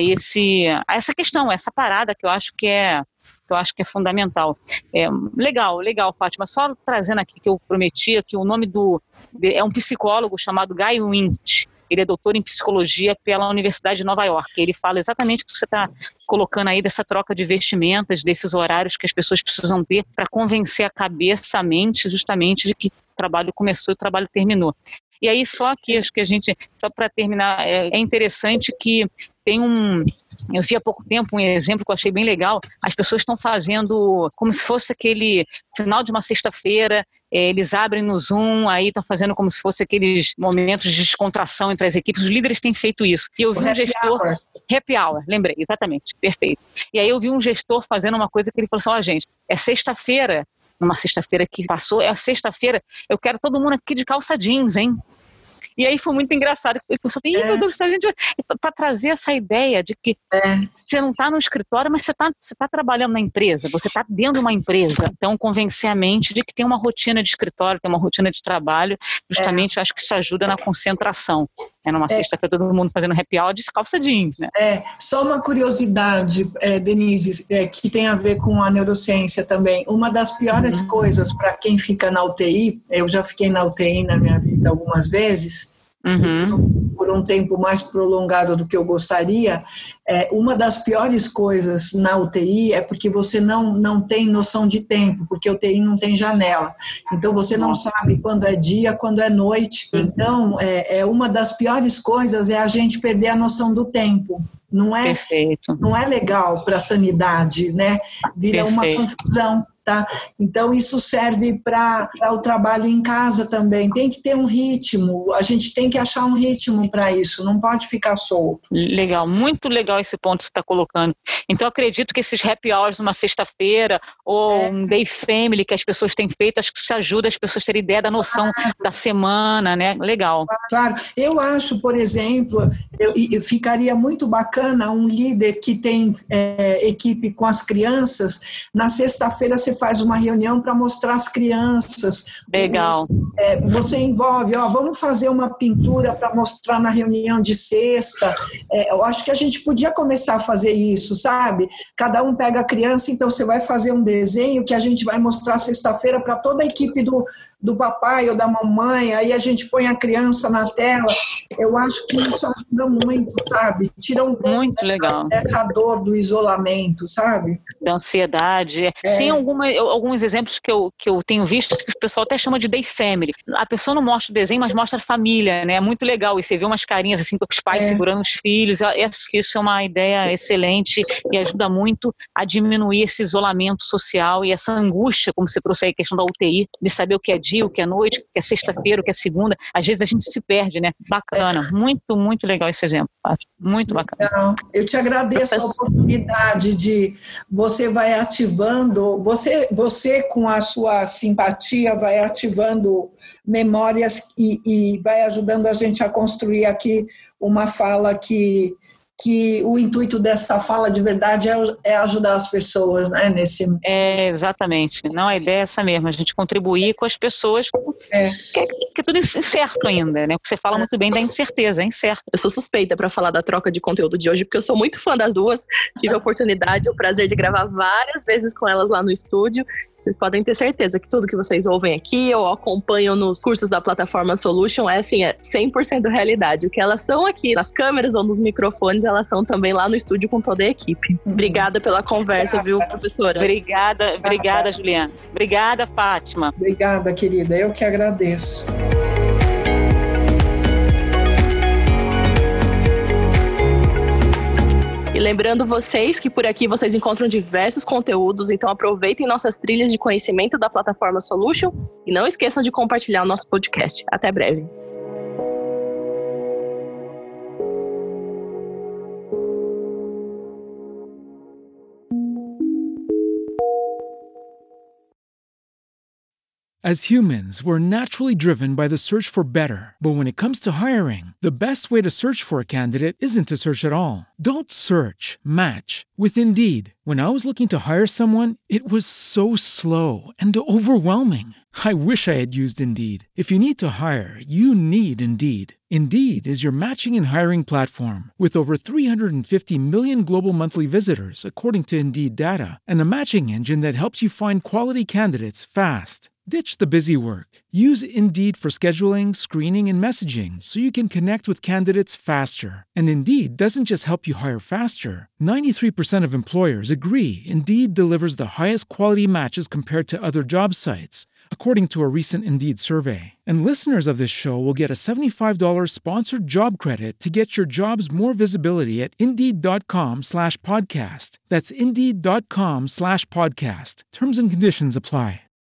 questão, essa parada que eu acho que é fundamental. Legal, Fátima. Só trazendo aqui que eu prometia que o nome é um psicólogo chamado Guy Wint. Ele é doutor em psicologia pela Universidade de Nova York. Ele fala exatamente o que você está colocando aí dessa troca de vestimentas, desses horários que as pessoas precisam ter para convencer a cabeça, a mente, justamente de que o trabalho começou e o trabalho terminou. E aí só que acho que só para terminar, é interessante que eu vi há pouco tempo um exemplo que eu achei bem legal. As pessoas estão fazendo como se fosse aquele final de uma sexta-feira, eles abrem no Zoom, aí estão fazendo como se fosse aqueles momentos de descontração entre as equipes. Os líderes têm feito isso. E eu vi um gestor... Happy hour, lembrei, exatamente, perfeito. E aí eu vi um gestor fazendo uma coisa que ele falou assim, gente, é sexta-feira, numa sexta-feira que passou, é a sexta-feira, eu quero todo mundo aqui de calça jeans, hein? E aí foi muito engraçado. Eu pensei, meu Deus do céu, para trazer essa ideia de que você não está no escritório, mas você tá trabalhando na empresa, você está dentro de uma empresa. Então, convencer a mente de que tem uma rotina de escritório, tem uma rotina de trabalho, justamente eu acho que isso ajuda na concentração. Numa sexta-feira, todo mundo fazendo happy hour de calça jeans, né? Só uma curiosidade, Denise, que tem a ver com a neurociência também. Uma das piores coisas para quem fica na UTI, eu já fiquei na UTI na minha vida algumas vezes, por um tempo mais prolongado do que eu gostaria, uma das piores coisas na UTI é porque você não tem noção de tempo, porque a UTI não tem janela. Então, você não sabe quando é dia, quando é noite. Então, uma das piores coisas é a gente perder a noção do tempo. Não é, não é legal para a sanidade, né? Vira uma confusão. Tá? Então, isso serve para o trabalho em casa também. Tem que ter um ritmo, a gente tem que achar um ritmo para isso, não pode ficar solto. Legal, muito legal esse ponto que você está colocando. Então, eu acredito que esses happy hours numa sexta-feira, ou um day family que as pessoas têm feito, acho que isso ajuda as pessoas a terem ideia da noção da semana, né? Legal. Claro, eu acho, por exemplo, ficaria muito bacana um líder que tem equipe com as crianças, na sexta-feira você faz uma reunião para mostrar as crianças. Legal. Você envolve, vamos fazer uma pintura para mostrar na reunião de sexta. Eu acho que a gente podia começar a fazer isso, sabe? Cada um pega a criança, então você vai fazer um desenho que a gente vai mostrar sexta-feira para toda a equipe do papai ou da mamãe, aí a gente põe a criança na tela. Eu acho que isso ajuda muito, sabe? Tira um pouco muito legal. Essa dor do isolamento, sabe? Da ansiedade. Tem alguns exemplos que eu tenho visto que o pessoal até chama de day family. A pessoa não mostra o desenho, mas mostra a família, né? É muito legal. E você vê umas carinhas assim com os pais segurando os filhos. Isso é uma ideia excelente e ajuda muito a diminuir esse isolamento social e essa angústia, como você trouxe aí a questão da UTI, de saber o que é dia, o que é noite, o que é sexta-feira, o que é segunda. Às vezes a gente se perde, né? Bacana. Muito, muito legal esse exemplo. Muito bacana. Eu te agradeço a oportunidade de você vai ativando, você com a sua simpatia vai ativando memórias e vai ajudando a gente a construir aqui uma fala que o intuito dessa fala de verdade é ajudar as pessoas, né? Exatamente. Não, a ideia é essa mesmo, a gente contribuir com as pessoas, que é tudo incerto ainda, né? Você fala muito bem da incerteza, é incerto. Eu sou suspeita para falar da troca de conteúdo de hoje, porque eu sou muito fã das duas, tive a oportunidade, o prazer de gravar várias vezes com elas lá no estúdio. Vocês podem ter certeza que tudo que vocês ouvem aqui ou acompanham nos cursos da plataforma Solution é 100% realidade. O que elas são aqui nas câmeras ou nos microfones, elas são também lá no estúdio com toda a equipe. Obrigada pela conversa, viu, professora? Obrigada, Juliana. Obrigada, Fátima. Obrigada, querida. Eu que agradeço. E lembrando vocês que por aqui vocês encontram diversos conteúdos, então aproveitem nossas trilhas de conhecimento da plataforma Solution e não esqueçam de compartilhar o nosso podcast. Até breve. As humans, we're naturally driven by the search for better. But when it comes to hiring, the best way to search for a candidate isn't to search at all. Don't search, match with Indeed. When I was looking to hire someone, it was so slow and overwhelming. I wish I had used Indeed. If you need to hire, you need Indeed. Indeed is your matching and hiring platform with over 350 million global monthly visitors, according to Indeed data, and a matching engine that helps you find quality candidates fast. Ditch the busy work. Use Indeed for scheduling, screening, and messaging so you can connect with candidates faster. And Indeed doesn't just help you hire faster. 93% of employers agree Indeed delivers the highest quality matches compared to other job sites, according to a recent Indeed survey. And listeners of this show will get a $75 sponsored job credit to get your jobs more visibility at Indeed.com/podcast. That's Indeed.com/podcast. Terms and conditions apply.